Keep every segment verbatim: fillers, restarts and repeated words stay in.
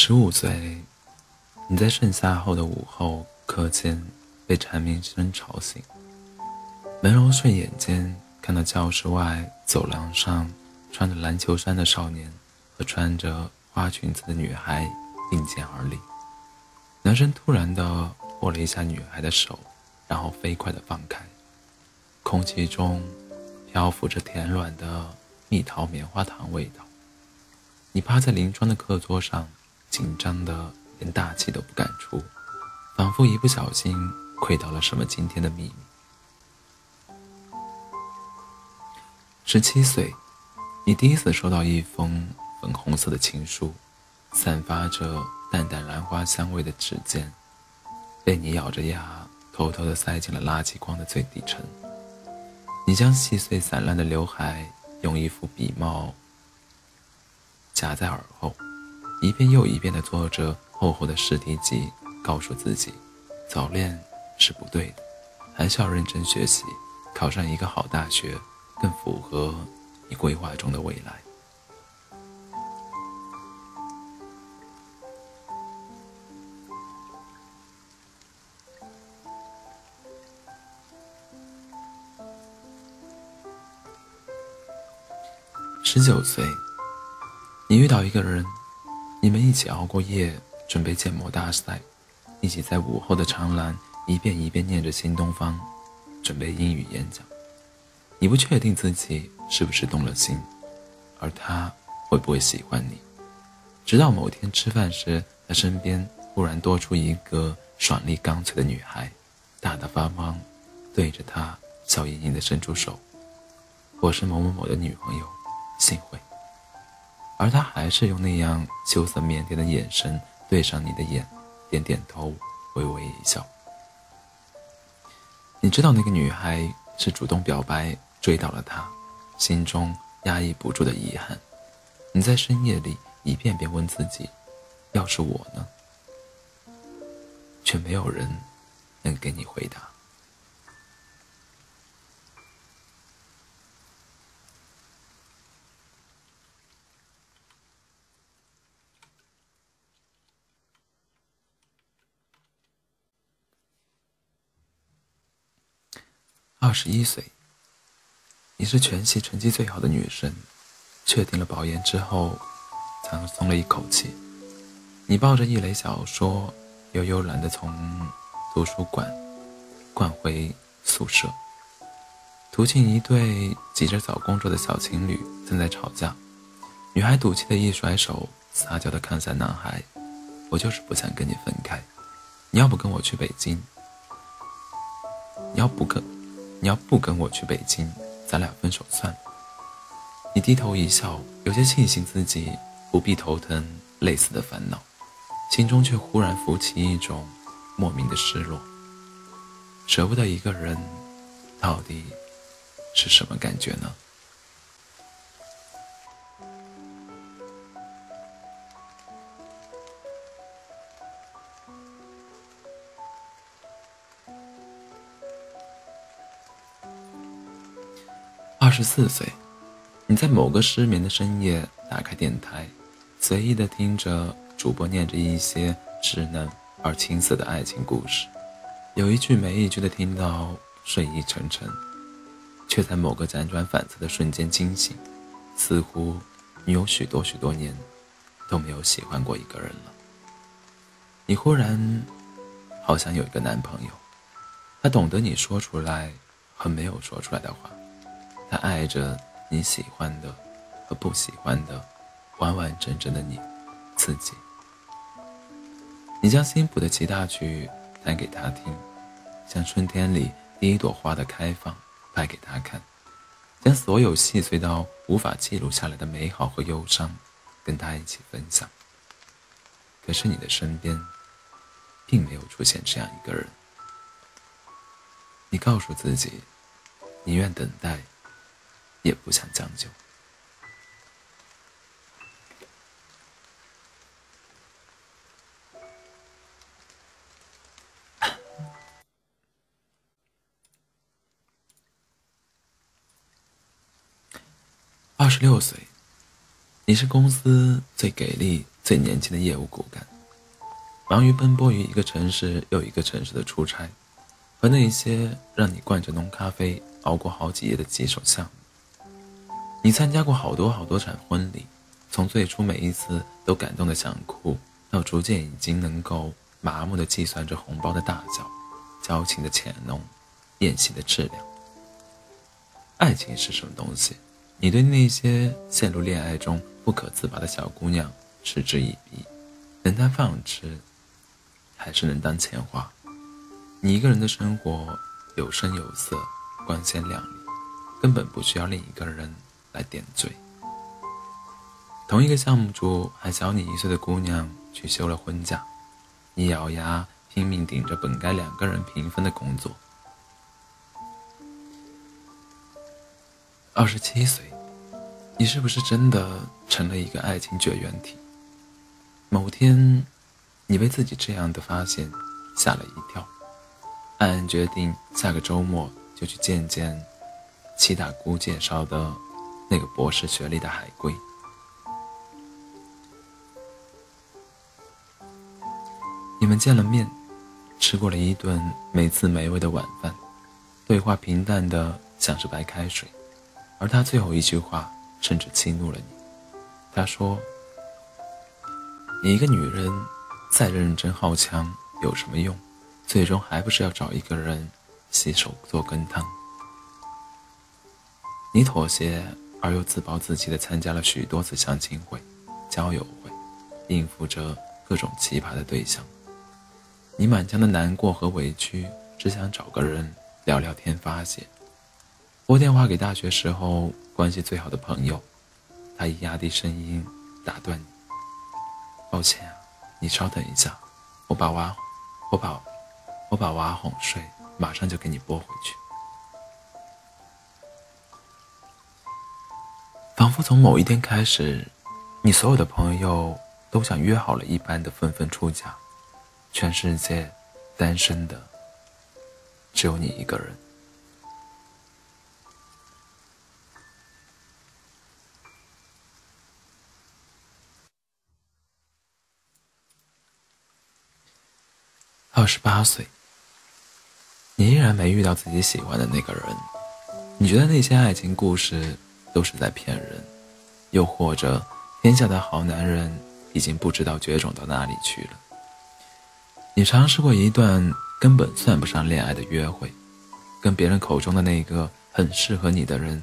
十五岁，你在盛夏后的午后课间被蝉鸣声吵醒，门揉睡眼间看到教室外走廊上穿着篮球衫的少年和穿着花裙子的女孩并肩而立。男生突然地握了一下女孩的手，然后飞快地放开。空气中漂浮着甜软的蜜桃棉花糖味道。你趴在临窗的课桌上，紧张的连大气都不敢出，仿佛一不小心窥到了什么惊天的秘密。十七岁，你第一次收到一封粉红色的情书，散发着淡淡兰花香味的纸件，被你咬着牙偷偷地塞进了垃圾筐的最底层。你将细碎散乱的刘海用一副笔帽夹在耳后，一遍又一遍地做着厚厚的试题集，告诉自己早恋是不对的，还是要认真学习，考上一个好大学更符合你规划中的未来。十九岁，你遇到一个人，你们一起熬过夜，准备建模大赛，一起在午后的长廊一遍一遍念着新东方，准备英语演讲。你不确定自己是不是动了心，而他会不会喜欢你。直到某天吃饭时，他身边忽然多出一个爽利刚脆的女孩，大大发光，对着他笑盈盈地伸出手：我是某某某的女朋友，幸会。而他还是用那样羞涩腼腆的眼神对上你的眼，点点头，微微一笑。你知道那个女孩是主动表白追到了他，心中压抑不住的遗憾。你在深夜里一遍遍问自己，要是我呢？却没有人能给你回答。二十一岁，你是全系成绩最好的女生，确定了保研之后，才松了一口气。你抱着一垒小说，悠悠然地从图书馆逛回宿舍，途径一对急着找工作的小情侣正在吵架。女孩赌气的一甩手，撒娇地看向男孩：我就是不想跟你分开，你要不跟我去北京，你要不跟你要不跟我去北京，咱俩分手算了。你低头一笑，有些庆幸自己不必头疼类似的烦恼，心中却忽然浮起一种莫名的失落。舍不得一个人，到底是什么感觉呢？二十四岁，你在某个失眠的深夜打开电台，随意地听着主播念着一些稚嫩而青涩的爱情故事，有一句没一句地听到睡意沉沉，却在某个辗转反侧的瞬间惊醒，似乎你有许多许多年都没有喜欢过一个人了。你忽然好想有一个男朋友，他懂得你说出来和没有说出来的话，他爱着你喜欢的和不喜欢的完完整整的你自己。你将新谱的吉他曲弹给他听，像春天里第一朵花的开放拍给他看，将所有细碎到无法记录下来的美好和忧伤跟他一起分享。可是你的身边并没有出现这样一个人。你告诉自己，宁愿等待也不想将就。二十六岁，你是公司最给力、 最年轻的业务骨干，忙于奔波于一个城市又一个城市的出差，和那些让你灌着浓咖啡熬过好几夜的棘手项目。你参加过好多好多场婚礼，从最初每一次都感动的想哭，到逐渐已经能够麻木地计算着红包的大小、交情的浅浓、宴席的质量。爱情是什么东西？你对那些陷入恋爱中不可自拔的小姑娘嗤之以鼻，能当饭吃，还是能当钱花？你一个人的生活有声有色，光鲜亮丽，根本不需要另一个人来点缀。同一个项目组还小你一岁的姑娘去休了婚假，你咬牙拼命顶着本该两个人平分的工作。二十七岁，你是不是真的成了一个爱情绝缘体？某天，你被自己这样的发现吓了一跳，暗暗决定下个周末就去见见七大姑介绍的那个博士学历的海归。你们见了面，吃过了一顿美滋美味的晚饭，对话平淡的像是白开水，而他最后一句话甚至激怒了你。他说，你一个女人再认真好强有什么用？最终还不是要找一个人洗手做羹汤。你妥协而又自暴自弃地参加了许多次相亲会、交友会，应付着各种奇葩的对象。你满腔的难过和委屈，只想找个人聊聊天发泄。拨电话给大学时候关系最好的朋友，他以压低声音打断你：抱歉啊，你稍等一下，我把娃我把我把娃哄睡，马上就给你拨回去。仿佛从某一天开始，你所有的朋友都像约好了一般的纷纷出嫁，全世界单身的只有你一个人。二十八岁，你依然没遇到自己喜欢的那个人，你觉得那些爱情故事都是在骗人，又或者天下的好男人已经不知道绝种到哪里去了。你尝试过一段根本算不上恋爱的约会，跟别人口中的那个很适合你的人，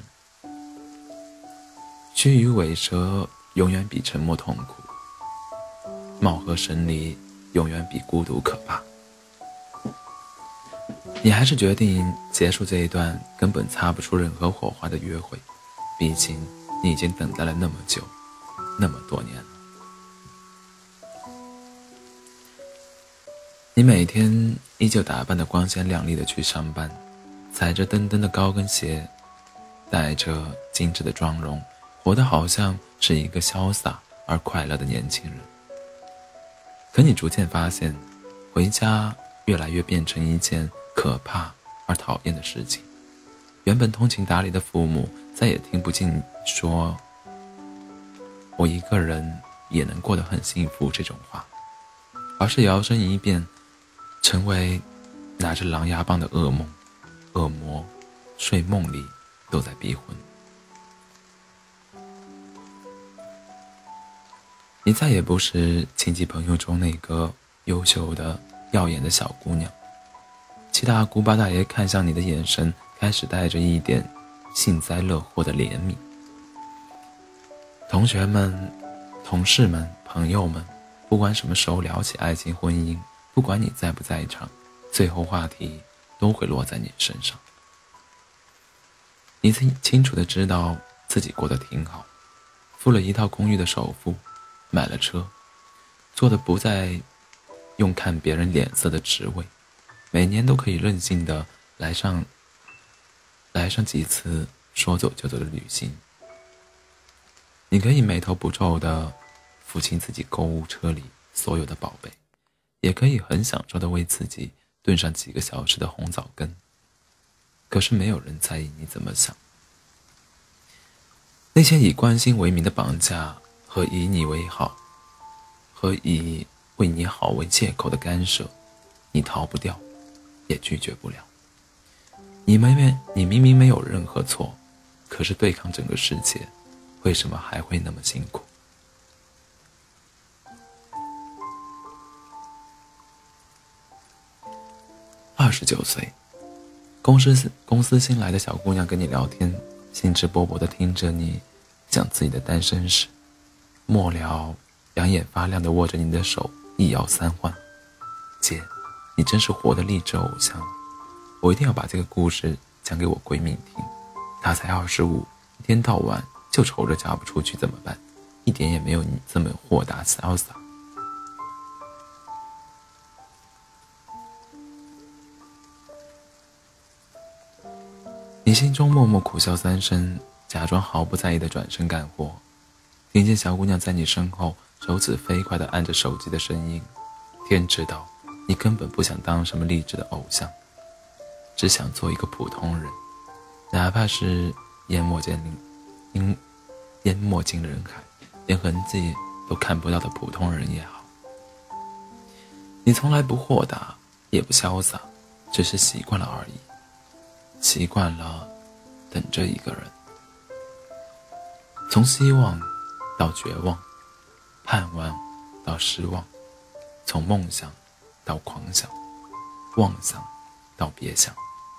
须臾尾蛇永远比沉默痛苦，貌合神离永远比孤独可怕。你还是决定结束这一段根本擦不出任何火花的约会，毕竟你已经等待了那么久，那么多年了。你每天依旧打扮得光鲜亮丽的去上班，踩着蹬蹬的高跟鞋，带着精致的妆容，活得好像是一个潇洒而快乐的年轻人。可你逐渐发现，回家越来越变成一件可怕而讨厌的事情。原本通情达理的父母再也听不进说我一个人也能过得很幸福这种话，而是摇身一变成为拿着狼牙棒的噩梦，恶魔睡梦里都在逼婚。你再也不是亲戚朋友中那个优秀的耀眼的小姑娘，七大姑八大爷看向你的眼神开始带着一点幸灾乐祸的怜悯。同学们、同事们、朋友们，不管什么时候聊起爱情婚姻，不管你在不在场，最后话题都会落在你身上。你清楚地知道自己过得挺好，付了一套公寓的首付，买了车，做的不再用看别人脸色的职位，每年都可以任性的来上来上几次说走就走的旅行。你可以眉头不皱的付清自己购物车里所有的宝贝，也可以很享受的为自己炖上几个小时的红枣羹。可是没有人在意你怎么想。那些以关心为名的绑架和以你为好， 和以为你好为借口的干涉，你逃不掉，也拒绝不了。你明明你明明没有任何错，可是对抗整个世界，为什么还会那么辛苦？二十九岁，公司公司新来的小姑娘跟你聊天，兴致勃勃地听着你讲自己的单身史，末了两眼发亮地握着你的手，一摇三晃。姐，你真是活的励志偶像，我一定要把这个故事讲给我闺蜜听。她才二十五，一天到晚就愁着嫁不出去怎么办？一点也没有你这么豁达潇洒。你心中默默苦笑三声，假装毫不在意地转身干活。听见小姑娘在你身后手指飞快地按着手机的声音，天知道你根本不想当什么励志的偶像，只想做一个普通人，哪怕是淹没进淹淹没进人海，连痕迹都看不到的普通人也好。你从来不豁达，也不潇洒，只是习惯了而已。习惯了等着一个人，从希望到绝望，盼望到失望，从梦想到狂想，妄想到别想。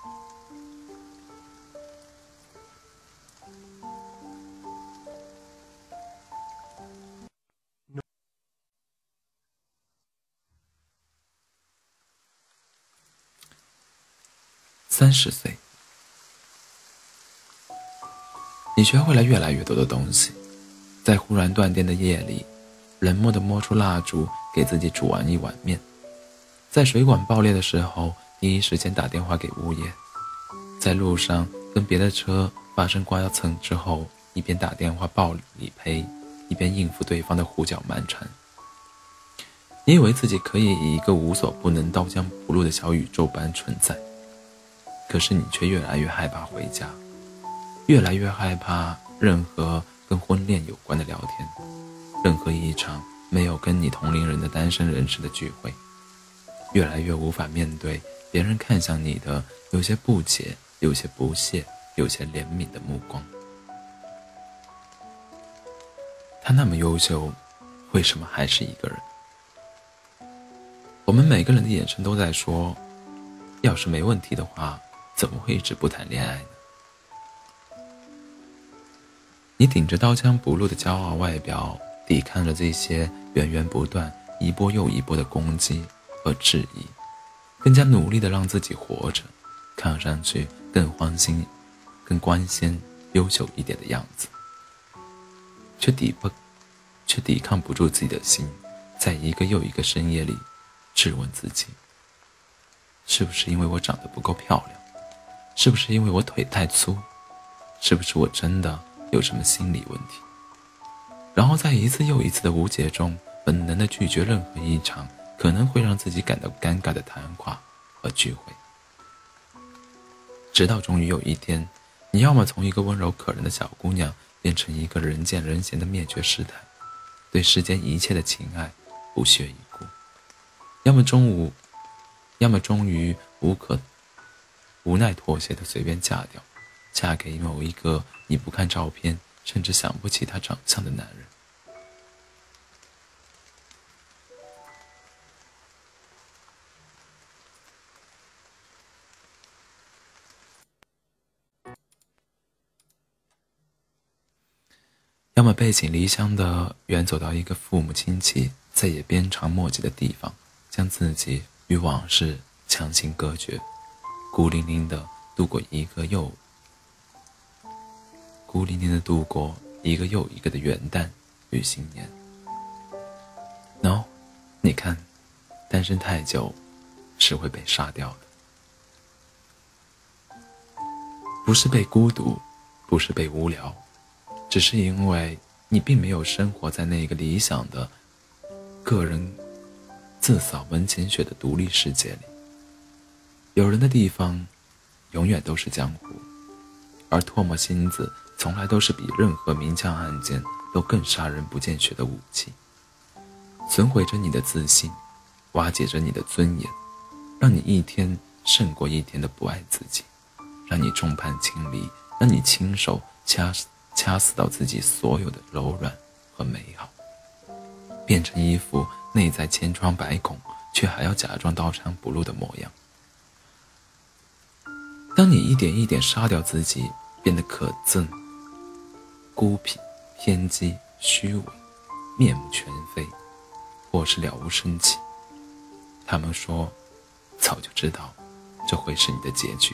三十岁，你学会了越来越多的东西，在忽然断电的夜里，冷漠地摸出蜡烛给自己煮完一碗面，在水管爆裂的时候第一时间打电话给物业，在路上跟别的车发生刮蹭之后，一边打电话报理赔，一边应付对方的胡搅蛮缠。你以为自己可以以一个无所不能刀枪不入的小宇宙般存在，可是你却越来越害怕回家，越来越害怕任何跟婚恋有关的聊天，任何一场没有跟你同龄人的单身人士的聚会，越来越无法面对别人看向你的有些不解，有些不屑，有些怜悯的目光。他那么优秀，为什么还是一个人？我们每个人的眼神都在说，要是没问题的话，怎么会一直不谈恋爱呢？你顶着刀枪不入的骄傲外表，抵抗着这些源源不断、一波又一波的攻击和质疑，更加努力地让自己活着，看上去更欢欣、更光鲜、优秀一点的样子，却抵不，却抵抗不住自己的心，在一个又一个深夜里质问自己：是不是因为我长得不够漂亮？是不是因为我腿太粗？是不是我真的有什么心理问题？然后在一次又一次的无解中，本能地拒绝任何一场可能会让自己感到尴尬的谈话和聚会。直到终于有一天，你要么从一个温柔可人的小姑娘变成一个人见人嫌的灭绝师太，对世间一切的情爱不屑一顾；要么中午，要么终于无可无奈妥协的随便嫁掉，嫁给某一个你不看照片甚至想不起他长相的男人。要么背井离乡的远走到一个父母亲戚再也鞭长莫及的地方，将自己与往事强行隔绝，孤零零的度过一个又孤零零的度过一个又一个的元旦与新年。No， 你看，单身太久是会被杀掉的。不是被孤独，不是被无聊，只是因为你并没有生活在那个理想的个人自扫门前雪的独立世界里。有人的地方永远都是江湖，而唾沫星子从来都是比任何明枪暗箭都更杀人不见血的武器。 损毁着你的自信，瓦解着你的尊严，让你一天胜过一天的不爱自己，让你众叛亲离，让你亲手掐死掐死到自己所有的柔软和美好，变成一副内在千疮百孔却还要假装刀枪不入的模样。当你一点一点杀掉自己，变得可憎、孤僻、偏激、虚伪，面目全非，或是了无生气，他们说早就知道这会是你的结局。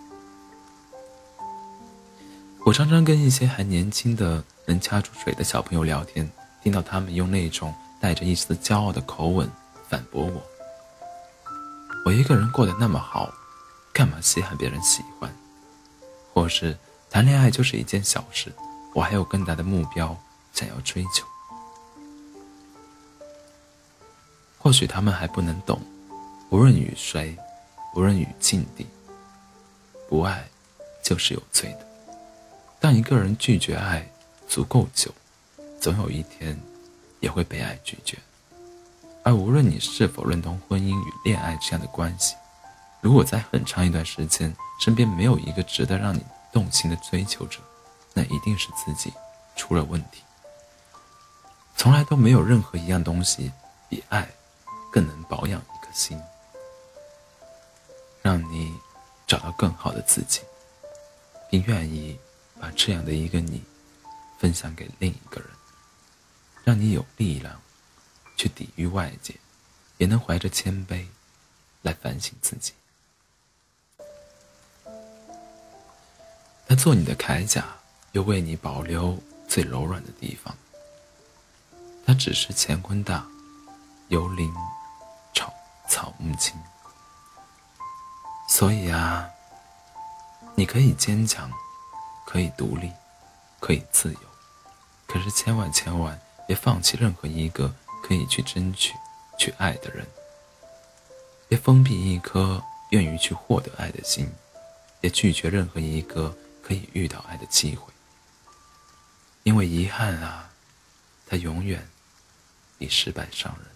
我常常跟一些还年轻的能掐出水的小朋友聊天，听到他们用那种带着一丝骄傲的口吻反驳我，我一个人过得那么好，干嘛稀罕别人喜欢？或是谈恋爱就是一件小事，我还有更大的目标想要追求。或许他们还不能懂，无论与谁，无论与境地，不爱就是有罪的。当一个人拒绝爱足够久，总有一天也会被爱拒绝。而无论你是否认同婚姻与恋爱这样的关系，如果在很长一段时间身边没有一个值得让你动心的追求者，那一定是自己出了问题。从来都没有任何一样东西比爱更能保养一颗心，让你找到更好的自己，并愿意把这样的一个你分享给另一个人，让你有力量去抵御外界，也能怀着谦卑来反省自己。他做你的铠甲，又为你保留最柔软的地方。他只是乾坤大，幽灵草草木青。所以啊，你可以坚强，可以独立，可以自由，可是千万千万别放弃任何一个可以去争取、去爱的人。别封闭一颗愿意去获得爱的心，也拒绝任何一个可以遇到爱的机会。因为遗憾啊，它永远比失败伤人。